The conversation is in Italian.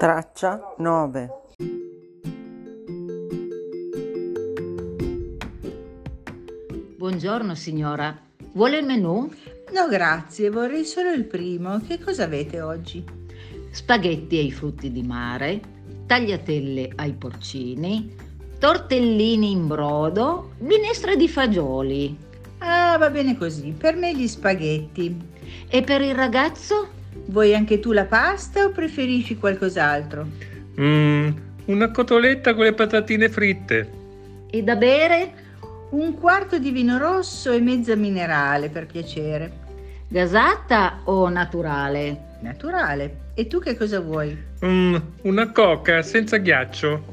Traccia 9. Buongiorno signora, vuole il menù? No grazie, vorrei solo il primo. Che cosa avete oggi? Spaghetti ai frutti di mare, tagliatelle ai porcini, tortellini in brodo, minestre di fagioli. Ah, va bene così, per me gli spaghetti. E per il ragazzo? Vuoi anche tu la pasta o preferisci qualcos'altro? Una cotoletta con le patatine fritte. E da bere? Un quarto di vino rosso e mezza minerale, per piacere. Gasata o naturale? Naturale. E tu che cosa vuoi? Una coca senza ghiaccio.